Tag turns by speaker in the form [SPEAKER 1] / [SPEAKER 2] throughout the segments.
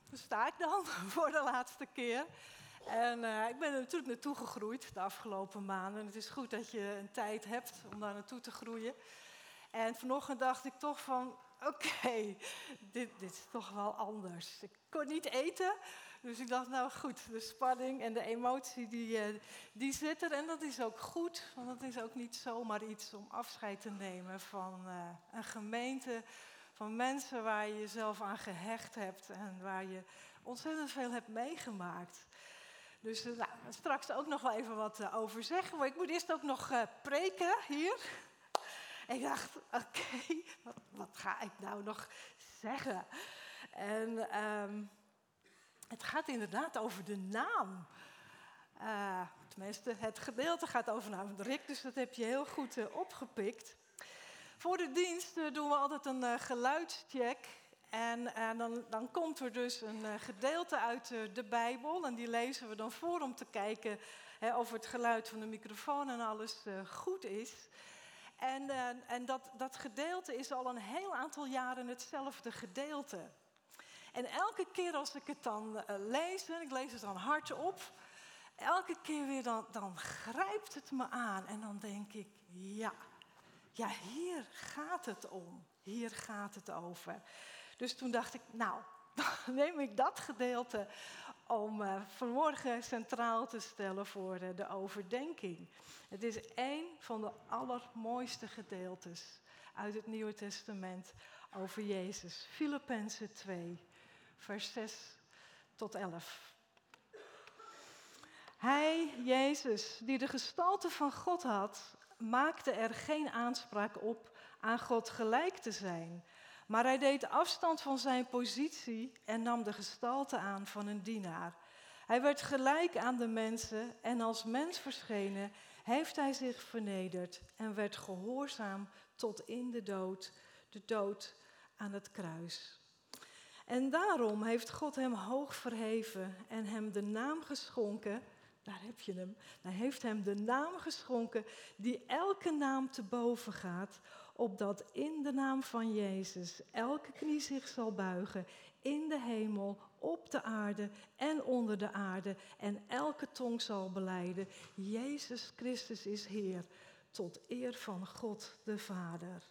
[SPEAKER 1] daar sta ik dan voor de laatste keer. En ik ben er natuurlijk naartoe gegroeid de afgelopen maanden. Het is goed dat je een tijd hebt om daar naartoe te groeien. En vanochtend dacht ik toch van, oké, dit is toch wel anders. Ik kon niet eten, dus ik dacht, nou goed, de spanning en de emotie die zit er. En dat is ook goed, want het is ook niet zomaar iets om afscheid te nemen van een gemeente, van mensen waar je jezelf aan gehecht hebt en waar je ontzettend veel hebt meegemaakt. Dus straks ook nog wel even wat over zeggen, maar ik moet eerst ook nog preken hier. En ik dacht, oké, wat ga ik nou nog zeggen? En het gaat inderdaad over de naam. Tenminste, het gedeelte gaat over naam Rick, dus dat heb je heel goed opgepikt. Voor de dienst doen we altijd een geluidscheck. En dan komt er dus een gedeelte uit de Bijbel. En die lezen we dan voor om te kijken of het geluid van de microfoon en alles goed is. En dat gedeelte is al een heel aantal jaren hetzelfde gedeelte. En elke keer als ik het dan lees, en ik lees het dan hardop, elke keer weer dan grijpt het me aan. En dan denk ik, ja, hier gaat het om. Hier gaat het over. Dus toen dacht ik, nou, dan neem ik dat gedeelte om vanmorgen centraal te stellen voor de overdenking. Het is één van de allermooiste gedeeltes uit het Nieuwe Testament over Jezus. Filippenzen 2, vers 6 tot 11. Hij, Jezus, die de gestalte van God had, maakte er geen aanspraak op aan God gelijk te zijn. Maar hij deed afstand van zijn positie en nam de gestalte aan van een dienaar. Hij werd gelijk aan de mensen en als mens verschenen heeft hij zich vernederd en werd gehoorzaam tot in de dood aan het kruis. En daarom heeft God hem hoog verheven en hem de naam geschonken, daar heb je hem, hij heeft hem de naam geschonken die elke naam te boven gaat, opdat in de naam van Jezus elke knie zich zal buigen, in de hemel, op de aarde en onder de aarde, en elke tong zal belijden, Jezus Christus is Heer, tot eer van God de Vader.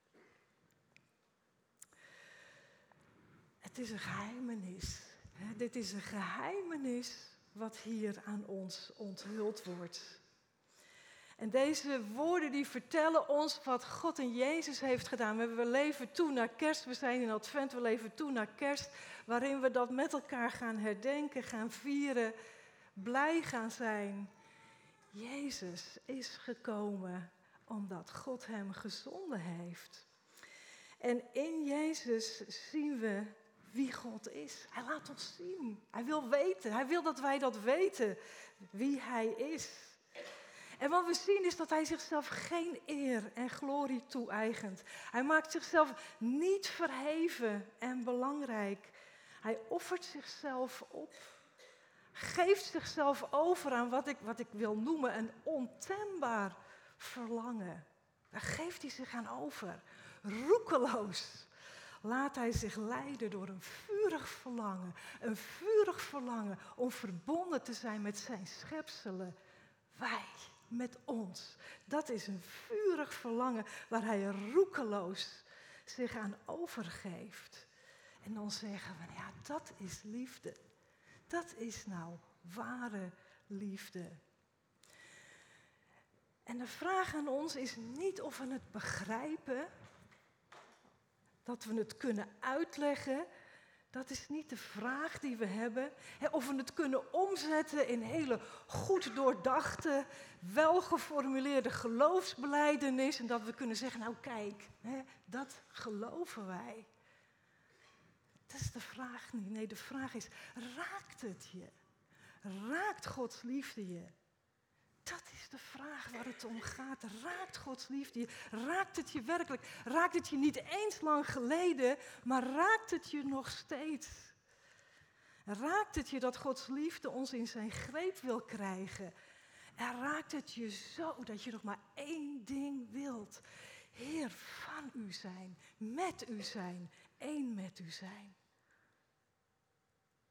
[SPEAKER 1] Het is een geheimenis. Dit is een geheimenis wat hier aan ons onthuld wordt. En deze woorden die vertellen ons wat God in Jezus heeft gedaan. We leven toe naar kerst, we zijn in Advent, we leven toe naar kerst, waarin we dat met elkaar gaan herdenken, gaan vieren, blij gaan zijn. Jezus is gekomen omdat God hem gezonden heeft. En in Jezus zien we wie God is. Hij laat ons zien. Hij wil weten. Hij wil dat wij dat weten, wie hij is. En wat we zien is dat hij zichzelf geen eer en glorie toe-eigent. Hij maakt zichzelf niet verheven en belangrijk. Hij offert zichzelf op. Geeft zichzelf over aan wat ik wil noemen een ontembaar verlangen. Daar geeft hij zich aan over. Roekeloos laat hij zich leiden door een vurig verlangen. Een vurig verlangen om verbonden te zijn met zijn schepselen. Wij, met ons. Dat is een vurig verlangen waar hij roekeloos zich aan overgeeft. En dan zeggen we, ja, dat is liefde. Dat is nou ware liefde. En de vraag aan ons is niet of we het begrijpen, dat we het kunnen uitleggen. Dat is niet de vraag die we hebben. Of we het kunnen omzetten in hele goed doordachte, welgeformuleerde geloofsbelijdenis. En dat we kunnen zeggen, nou kijk, dat geloven wij. Dat is de vraag niet. Nee, de vraag is, raakt het je? Raakt Gods liefde je? Dat is de vraag waar het om gaat. Raakt Gods liefde je? Raakt het je werkelijk? Raakt het je niet eens lang geleden, maar raakt het je nog steeds? Raakt het je dat Gods liefde ons in zijn greep wil krijgen? En raakt het je zo dat je nog maar één ding wilt? Heer, van u zijn, met u zijn, één met u zijn.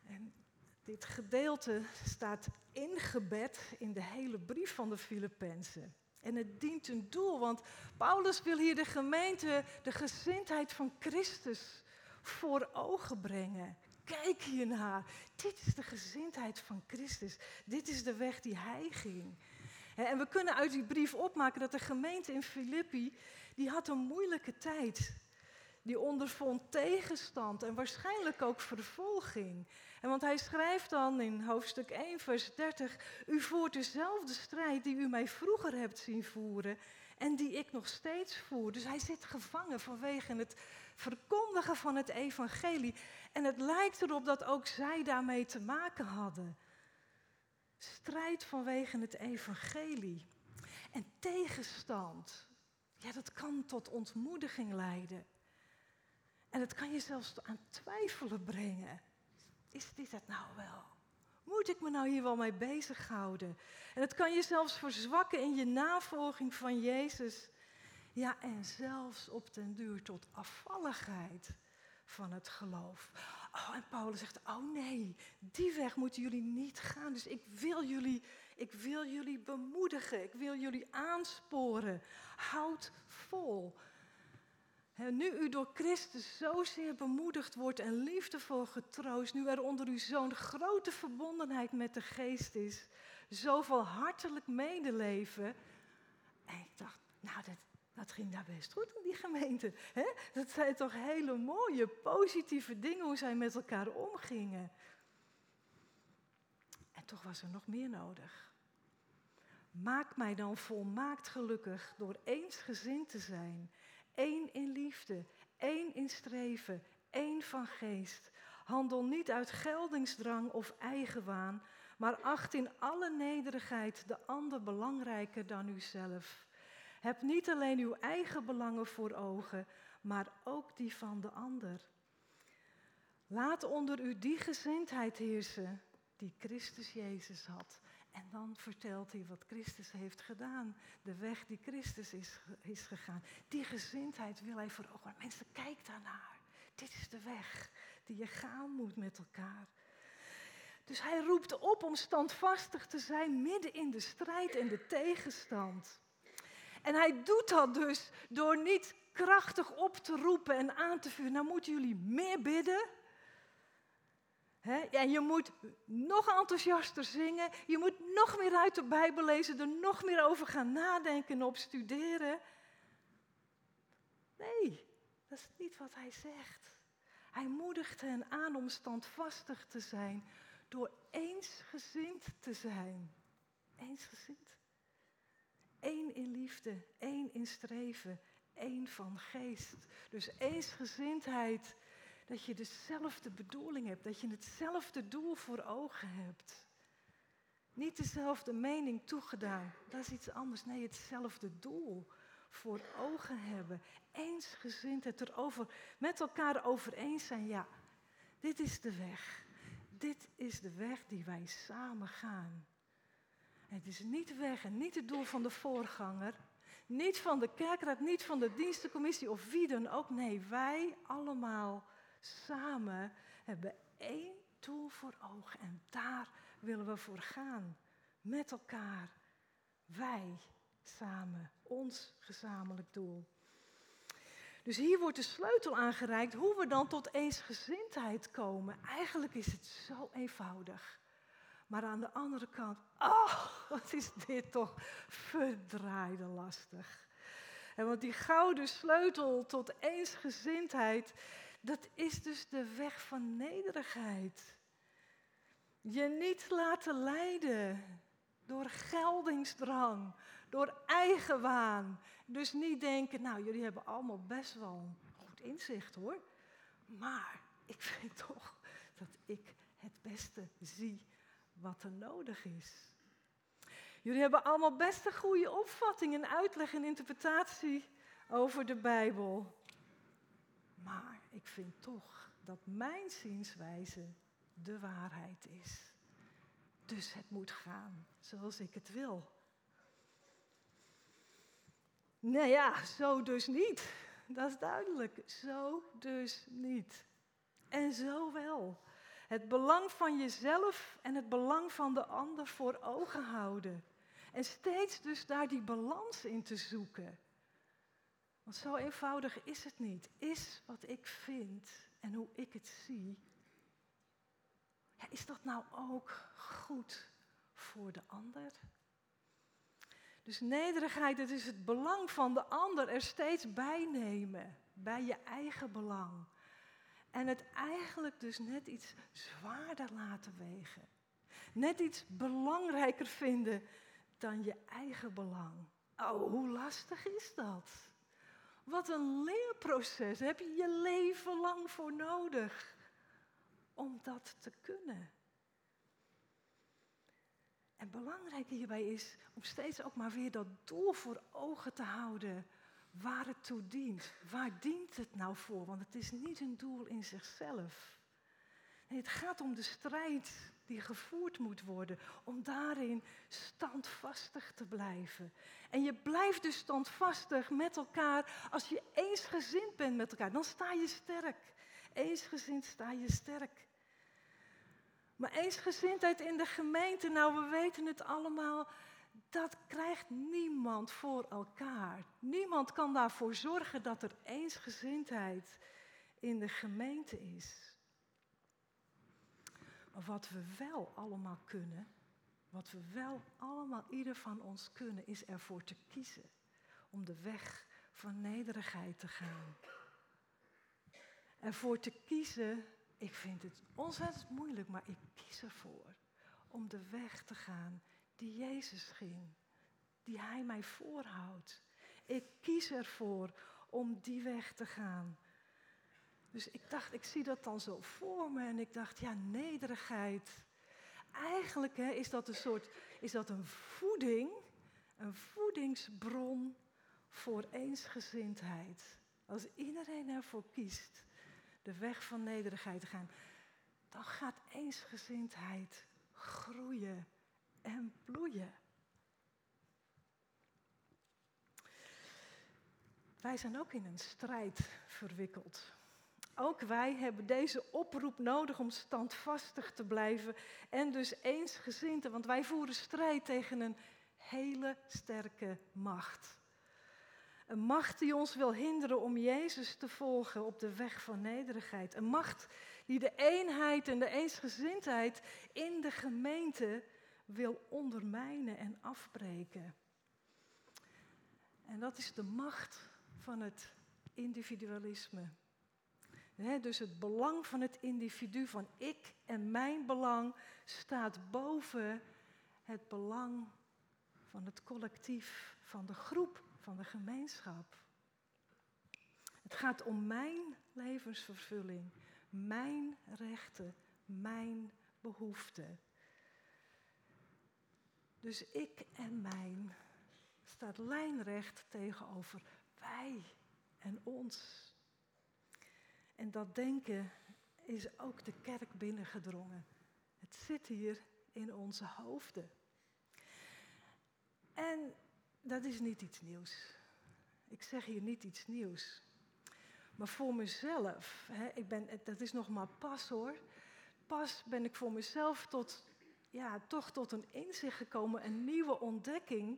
[SPEAKER 1] En dit gedeelte staat ingebed in de hele brief van de Filippenzen. En het dient een doel, want Paulus wil hier de gemeente de gezindheid van Christus voor ogen brengen. Kijk hiernaar. Dit is de gezindheid van Christus. Dit is de weg die hij ging. En we kunnen uit die brief opmaken dat de gemeente in Filippi, die had een moeilijke tijd. Die ondervond tegenstand en waarschijnlijk ook vervolging. En want hij schrijft dan in hoofdstuk 1, vers 30... U voert dezelfde strijd die u mij vroeger hebt zien voeren en die ik nog steeds voer. Dus hij zit gevangen vanwege het verkondigen van het evangelie. En het lijkt erop dat ook zij daarmee te maken hadden. Strijd vanwege het evangelie. En tegenstand, ja, dat kan tot ontmoediging leiden. En het kan je zelfs aan twijfelen brengen. Is dit het nou wel? Moet ik me nou hier wel mee bezighouden? En het kan je zelfs verzwakken in je navolging van Jezus. Ja, en zelfs op den duur tot afvalligheid van het geloof. Oh, en Paulus zegt, oh nee, die weg moeten jullie niet gaan. Dus ik wil jullie bemoedigen, ik wil jullie aansporen. Houd vol. Nu u door Christus zozeer bemoedigd wordt en liefdevol getroost, nu er onder u zo'n grote verbondenheid met de geest is, zoveel hartelijk medeleven. En ik dacht, nou, dat ging daar best goed in die gemeente. Hè? Dat zijn toch hele mooie, positieve dingen hoe zij met elkaar omgingen. En toch was er nog meer nodig. Maak mij dan volmaakt gelukkig door eensgezind te zijn. 1 in liefde, 1 in streven, 1 van geest. Handel niet uit geldingsdrang of eigenwaan, maar acht in alle nederigheid de ander belangrijker dan uzelf. Heb niet alleen uw eigen belangen voor ogen, maar ook die van de ander. Laat onder u die gezindheid heersen die Christus Jezus had. En dan vertelt hij wat Christus heeft gedaan. De weg die Christus is gegaan. Die gezindheid wil hij voor ogen. Mensen, kijk daarnaar. Dit is de weg die je gaan moet met elkaar. Dus hij roept op om standvastig te zijn midden in de strijd en de tegenstand. En hij doet dat dus door niet krachtig op te roepen en aan te vuren. Nou moeten jullie meer bidden. En je moet nog enthousiaster zingen. Je moet nog meer uit de Bijbel lezen. Er nog meer over gaan nadenken en op studeren. Nee, dat is niet wat hij zegt. Hij moedigt hen aan om standvastig te zijn. Door eensgezind te zijn. Eensgezind. 1 in liefde, 1 in streven, 1 van geest. Dus eensgezindheid, dat je dezelfde bedoeling hebt, dat je hetzelfde doel voor ogen hebt. Niet dezelfde mening toegedaan, dat is iets anders. Nee, hetzelfde doel voor ogen hebben. Eensgezindheid, erover met elkaar over eens zijn. Ja, dit is de weg. Dit is de weg die wij samen gaan. Het is niet de weg en niet het doel van de voorganger. Niet van de kerkraad, niet van de dienstencommissie of wie dan ook. Nee, wij allemaal samen hebben 1 doel voor ogen. En daar willen we voor gaan. Met elkaar. Wij samen. Ons gezamenlijk doel. Dus hier wordt de sleutel aangereikt hoe we dan tot eensgezindheid komen. Eigenlijk is het zo eenvoudig. Maar aan de andere kant, wat is dit toch verdraaide lastig. En want die gouden sleutel tot eensgezindheid, dat is dus de weg van nederigheid. Je niet laten leiden door geldingsdrang, door eigenwaan. Dus niet denken, nou jullie hebben allemaal best wel een goed inzicht hoor. Maar ik vind toch dat ik het beste zie wat er nodig is. Jullie hebben allemaal best een goede opvatting en uitleg en interpretatie over de Bijbel. Maar ik vind toch dat mijn zienswijze de waarheid is. Dus het moet gaan zoals ik het wil. Nou ja, zo dus niet. Dat is duidelijk. Zo dus niet. En zo wel. Het belang van jezelf en het belang van de ander voor ogen houden. En steeds dus daar die balans in te zoeken. Want zo eenvoudig is het niet. Is wat ik vind en hoe ik het zie, ja, is dat nou ook goed voor de ander? Dus nederigheid, het is het belang van de ander er steeds bij nemen. Bij je eigen belang. En het eigenlijk dus net iets zwaarder laten wegen. Net iets belangrijker vinden dan je eigen belang. Oh, hoe lastig is dat? Wat een leerproces. Daar heb je je leven lang voor nodig om dat te kunnen. En belangrijk hierbij is om steeds ook maar weer dat doel voor ogen te houden waar het toe dient. Waar dient het nou voor? Want het is niet een doel in zichzelf. Nee, het gaat om de strijd die gevoerd moet worden. Om daarin standvastig te blijven. En je blijft dus standvastig met elkaar als je eensgezind bent met elkaar. Dan sta je sterk. Eensgezind sta je sterk. Maar eensgezindheid in de gemeente, nou we weten het allemaal, dat krijgt niemand voor elkaar. Niemand kan daarvoor zorgen dat er eensgezindheid in de gemeente is. Maar wat we wel allemaal kunnen, wat we wel allemaal ieder van ons kunnen, is ervoor te kiezen om de weg van nederigheid te gaan. Ervoor te kiezen. Ik vind het ontzettend moeilijk, maar ik kies ervoor om de weg te gaan die Jezus ging. Die Hij mij voorhoudt. Ik kies ervoor om die weg te gaan. Dus ik dacht, ik zie dat dan zo voor me en ik dacht, ja, nederigheid. Eigenlijk is dat een voeding, een voedingsbron voor eensgezindheid. Als iedereen ervoor kiest de weg van nederigheid te gaan, dan gaat eensgezindheid groeien en bloeien. Wij zijn ook in een strijd verwikkeld. Ook wij hebben deze oproep nodig om standvastig te blijven en dus eensgezind, want wij voeren strijd tegen een hele sterke macht. Een macht die ons wil hinderen om Jezus te volgen op de weg van nederigheid. Een macht die de eenheid en de eensgezindheid in de gemeente wil ondermijnen en afbreken. En dat is de macht van het individualisme. Dus het belang van het individu, van ik en mijn belang, staat boven het belang van het collectief, van de groep, van de gemeenschap. Het gaat om mijn levensvervulling, mijn rechten, mijn behoeften. Dus ik en mijn staat lijnrecht tegenover wij en ons. En dat denken is ook de kerk binnengedrongen. Het zit hier in onze hoofden. En dat is niet iets nieuws. Ik zeg hier niet iets nieuws. Maar voor mezelf, dat is nog maar pas hoor. Pas ben ik voor mezelf toch tot een inzicht gekomen, een nieuwe ontdekking.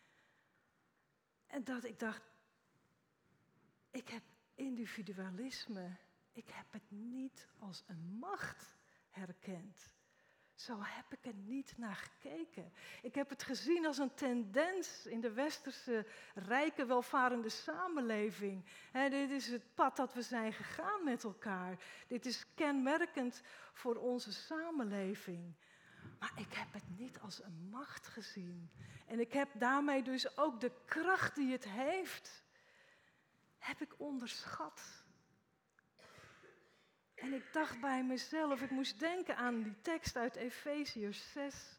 [SPEAKER 1] En dat ik dacht, ik heb individualisme, ik heb het niet als een macht herkend. Zo heb ik er niet naar gekeken. Ik heb het gezien als een tendens in de westerse, rijke, welvarende samenleving. Dit is het pad dat we zijn gegaan met elkaar. Dit is kenmerkend voor onze samenleving. Maar ik heb het niet als een macht gezien. En ik heb daarmee dus ook de kracht die het heeft, heb ik onderschat. En ik dacht bij mezelf, ik moest denken aan die tekst uit Efeziërs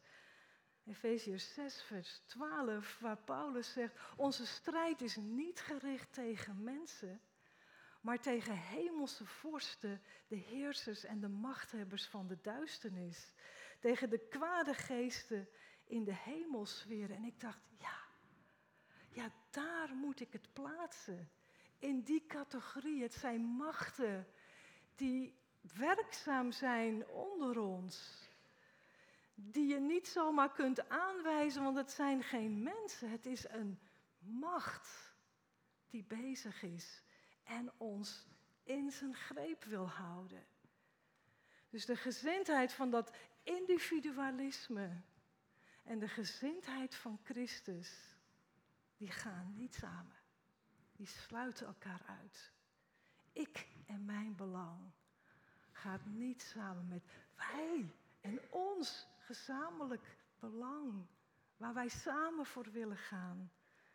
[SPEAKER 1] 6 vers 12, waar Paulus zegt, onze strijd is niet gericht tegen mensen, maar tegen hemelse vorsten, de heersers en de machthebbers van de duisternis. Tegen de kwade geesten in de hemelsferen. En ik dacht, ja, daar moet ik het plaatsen. In die categorie, het zijn machten die werkzaam zijn onder ons. Die je niet zomaar kunt aanwijzen, want het zijn geen mensen. Het is een macht die bezig is en ons in zijn greep wil houden. Dus de gezindheid van dat individualisme en de gezindheid van Christus, die gaan niet samen. Die sluiten elkaar uit. Ik en mijn belang gaat niet samen met wij en ons gezamenlijk belang, waar wij samen voor willen gaan.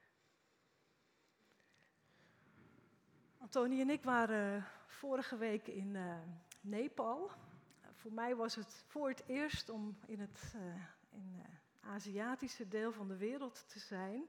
[SPEAKER 1] Antonie en ik waren vorige week in Nepal. Voor mij was het voor het eerst om in het Aziatische deel van de wereld te zijn.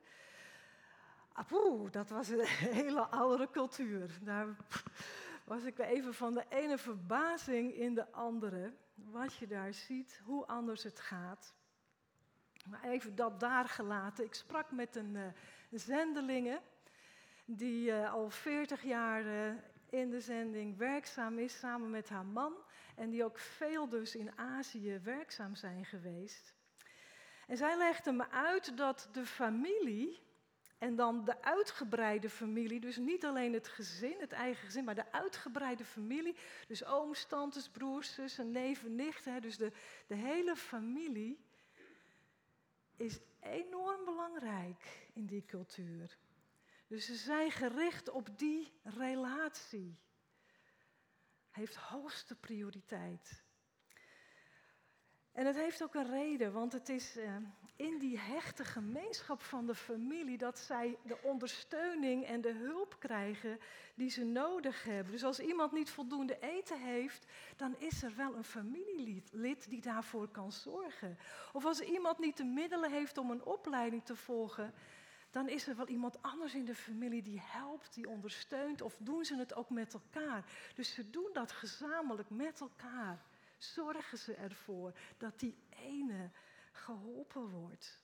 [SPEAKER 1] Dat was een hele andere cultuur. Daar was ik weer even van de ene verbazing in de andere. Wat je daar ziet, hoe anders het gaat. Maar even dat daar gelaten. Ik sprak met een zendelinge die al 40 jaar in de zending werkzaam is, samen met haar man. En die ook veel dus in Azië werkzaam zijn geweest. En zij legde me uit dat de familie, en dan de uitgebreide familie, dus niet alleen het gezin, het eigen gezin, maar de uitgebreide familie, dus ooms, tantes, broers, zussen, neven, nichten, dus de hele familie is enorm belangrijk in die cultuur. Dus ze zijn gericht op die relatie. Heeft hoogste prioriteit. En het heeft ook een reden, want het is in die hechte gemeenschap van de familie dat zij de ondersteuning en de hulp krijgen die ze nodig hebben. Dus als iemand niet voldoende eten heeft, dan is er wel een familielid die daarvoor kan zorgen. Of als iemand niet de middelen heeft om een opleiding te volgen, dan is er wel iemand anders in de familie die helpt, die ondersteunt, of doen ze het ook met elkaar. Dus ze doen dat gezamenlijk met elkaar. Zorgen ze ervoor dat die ene geholpen wordt.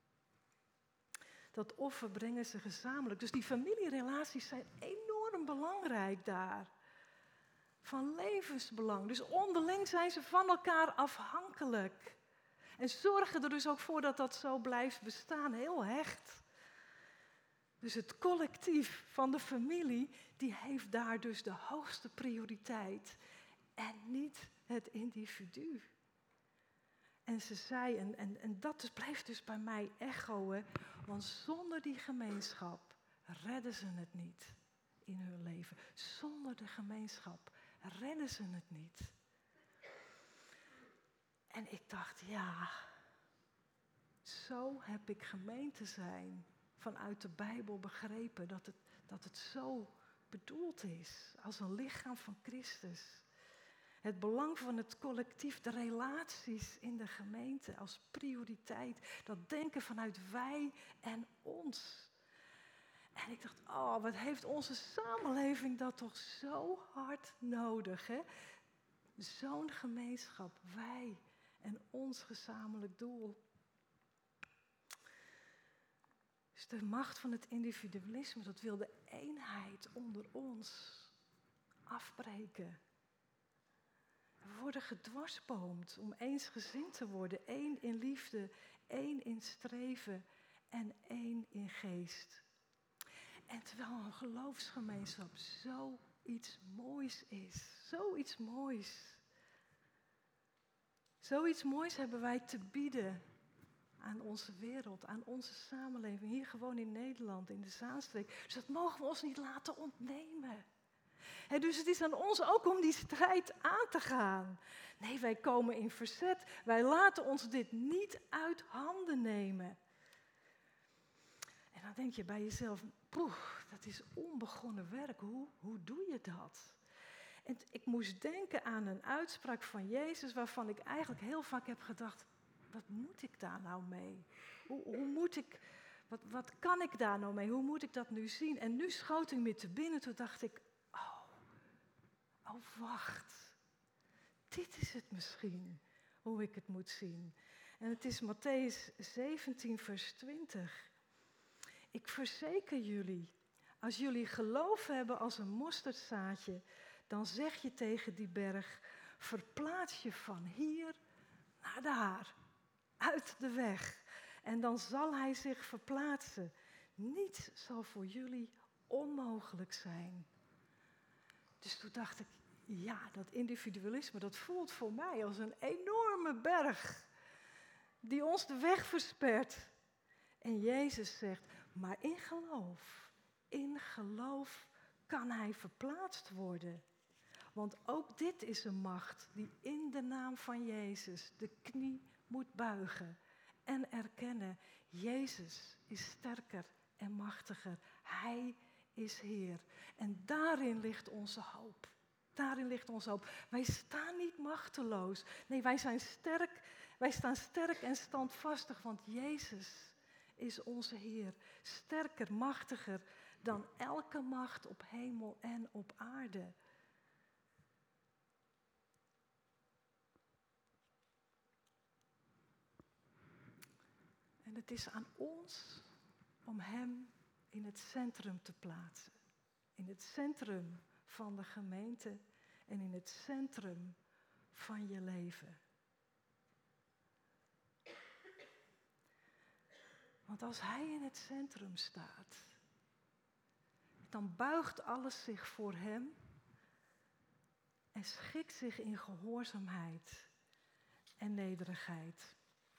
[SPEAKER 1] Dat offer brengen ze gezamenlijk. Dus die familierelaties zijn enorm belangrijk daar. Van levensbelang. Dus onderling zijn ze van elkaar afhankelijk. En zorgen er dus ook voor dat dat zo blijft bestaan, heel hecht. Dus het collectief van de familie, die heeft daar dus de hoogste prioriteit. En niet het individu. En ze zei, en dat blijft dus bij mij echoen, want zonder die gemeenschap redden ze het niet in hun leven. Zonder de gemeenschap redden ze het niet. En ik dacht, ja, zo heb ik gemeente zijn vanuit de Bijbel begrepen, dat het zo bedoeld is, als een lichaam van Christus. Het belang van het collectief, de relaties in de gemeente als prioriteit. Dat denken vanuit wij en ons. En ik dacht, wat heeft onze samenleving dat toch zo hard nodig, hè? Zo'n gemeenschap, wij en ons gezamenlijk doel. Dus de macht van het individualisme, dat wil de eenheid onder ons afbreken. We worden gedwarsboomd om eensgezind te worden. Één in liefde, één in streven en één in geest. En terwijl een geloofsgemeenschap zoiets moois is. Zoiets moois. Zoiets moois hebben wij te bieden aan onze wereld, aan onze samenleving. Hier gewoon in Nederland, in de Zaanstreek. Dus dat mogen we ons niet laten ontnemen. Dus het is aan ons ook om die strijd aan te gaan. Nee, wij komen in verzet. Wij laten ons dit niet uit handen nemen. En dan denk je bij jezelf, dat is onbegonnen werk. Hoe doe je dat? En ik moest denken aan een uitspraak van Jezus, waarvan ik eigenlijk heel vaak heb gedacht, wat moet ik daar nou mee? Hoe moet ik, wat kan ik daar nou mee? Hoe moet ik dat nu zien? En nu schoot hij me te binnen, toen dacht ik, wacht. Dit is het misschien, hoe ik het moet zien. En het is Mattheüs 17, vers 20. Ik verzeker jullie, als jullie geloof hebben als een mosterdzaadje, dan zeg je tegen die berg, verplaats je van hier naar daar, uit de weg. En dan zal hij zich verplaatsen. Niets zal voor jullie onmogelijk zijn. Dus toen dacht ik, ja, dat individualisme, dat voelt voor mij als een enorme berg die ons de weg verspert. En Jezus zegt, maar in geloof kan hij verplaatst worden. Want ook dit is een macht die in de naam van Jezus de knie moet buigen en erkennen, Jezus is sterker en machtiger. Hij is Heer. En daarin ligt onze hoop. Daarin ligt onze hoop. Wij staan niet machteloos. Nee, wij staan sterk en standvastig, want Jezus is onze Heer. Sterker, machtiger dan elke macht op hemel en op aarde. En het is aan ons om Hem in het centrum te plaatsen. In het centrum van de gemeente en in het centrum van je leven. Want als Hij in het centrum staat, dan buigt alles zich voor Hem en schikt zich in gehoorzaamheid en nederigheid.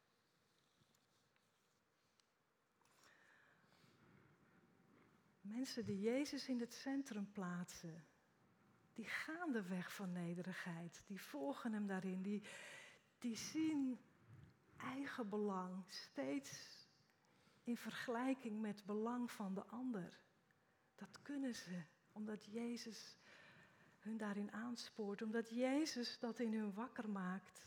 [SPEAKER 1] Mensen die Jezus in het centrum plaatsen, die gaan de weg van nederigheid. Die volgen Hem daarin. Die zien eigen belang steeds in vergelijking met het belang van de ander. Dat kunnen ze, omdat Jezus hun daarin aanspoort. Omdat Jezus dat in hun wakker maakt.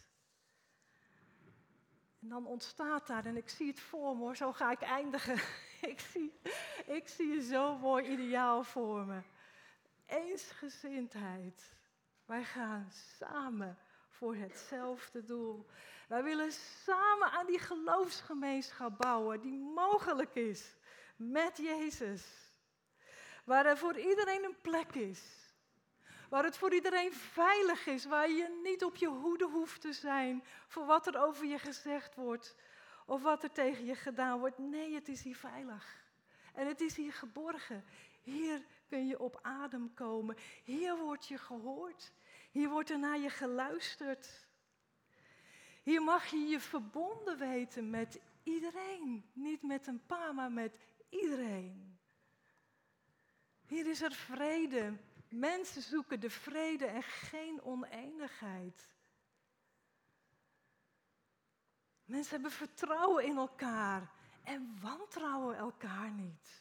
[SPEAKER 1] En dan ontstaat daar, en ik zie het voor me hoor, zo ga ik eindigen. Ik zie een zo mooi ideaal voor me. Eensgezindheid. Wij gaan samen voor hetzelfde doel. Wij willen samen aan die geloofsgemeenschap bouwen die mogelijk is met Jezus. Waar er voor iedereen een plek is. Waar het voor iedereen veilig is. Waar je niet op je hoede hoeft te zijn voor wat er over je gezegd wordt. Of wat er tegen je gedaan wordt. Nee, het is hier veilig. En het is hier geborgen. Hier kun je op adem komen. Hier word je gehoord. Hier wordt er naar je geluisterd. Hier mag je je verbonden weten met iedereen. Niet met een paar, maar met iedereen. Hier is er vrede. Mensen zoeken de vrede en geen oneenigheid. Mensen hebben vertrouwen in elkaar en wantrouwen elkaar niet.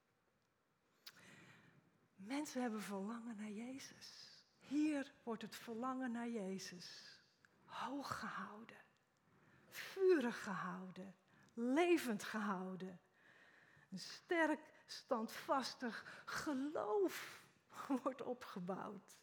[SPEAKER 1] Mensen hebben verlangen naar Jezus. Hier wordt het verlangen naar Jezus hoog gehouden, vurig gehouden, levend gehouden. Een sterk, standvastig geloof wordt opgebouwd.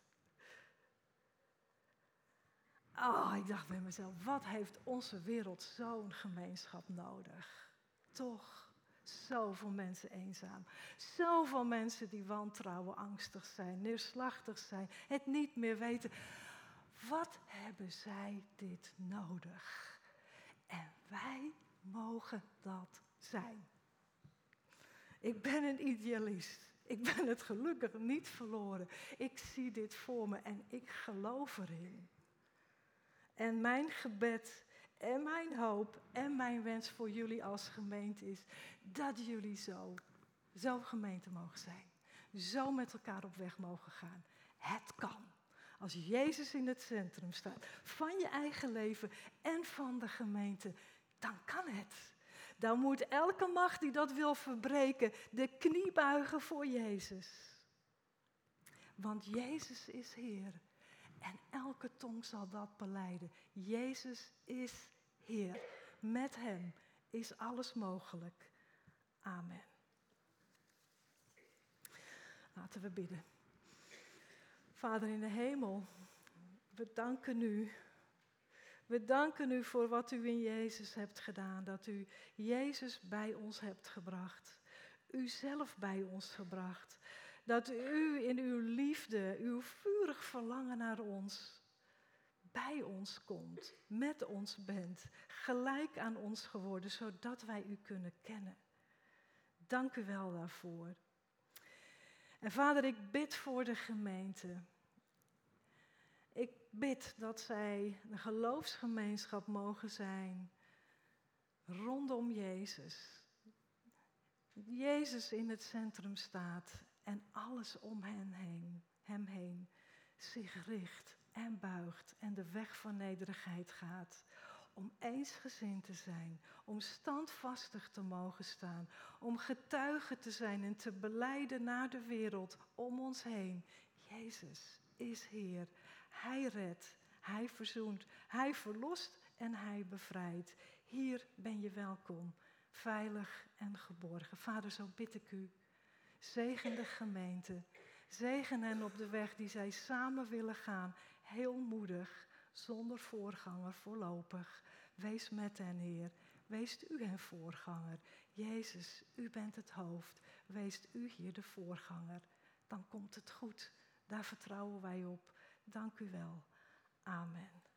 [SPEAKER 1] Oh, ik dacht bij mezelf, wat heeft onze wereld zo'n gemeenschap nodig? Toch, zoveel mensen eenzaam. Zoveel mensen die wantrouwen, angstig zijn, neerslachtig zijn, het niet meer weten. Wat hebben zij dit nodig? En wij mogen dat zijn. Ik ben een idealist. Ik ben het gelukkig niet verloren. Ik zie dit voor me en ik geloof erin. En mijn gebed en mijn hoop en mijn wens voor jullie als gemeente is dat jullie zo gemeente mogen zijn. Zo met elkaar op weg mogen gaan. Het kan. Als Jezus in het centrum staat van je eigen leven en van de gemeente, dan kan het. Dan moet elke macht die dat wil verbreken de knie buigen voor Jezus. Want Jezus is Heer. En elke tong zal dat belijden. Jezus is Heer. Met Hem is alles mogelijk. Amen. Laten we bidden. Vader in de hemel, we danken U. We danken U voor wat U in Jezus hebt gedaan. Dat U Jezus bij ons hebt gebracht. U zelf bij ons gebracht. Dat U in uw liefde, uw vurige vurig verlangen naar ons bij ons komt, met ons bent, gelijk aan ons geworden, zodat wij u kunnen kennen. Dank u wel daarvoor. En Vader, ik bid voor de gemeente. Ik bid dat zij een geloofsgemeenschap mogen zijn rondom Jezus. Jezus in het centrum staat en alles om hem heen zich richt en buigt en de weg van nederigheid gaat. Om eensgezind te zijn, om standvastig te mogen staan, om getuige te zijn en te belijden naar de wereld om ons heen. Jezus is Heer. Hij redt, Hij verzoent, Hij verlost en Hij bevrijdt. Hier ben je welkom, veilig en geborgen. Vader, zo bid ik u. Zegen de gemeente. Zegen hen op de weg die zij samen willen gaan. Heel moedig, zonder voorganger, voorlopig. Wees met hen, Heer. Wees u hen voorganger. Jezus, u bent het hoofd. Wees u hier de voorganger. Dan komt het goed. Daar vertrouwen wij op. Dank u wel. Amen.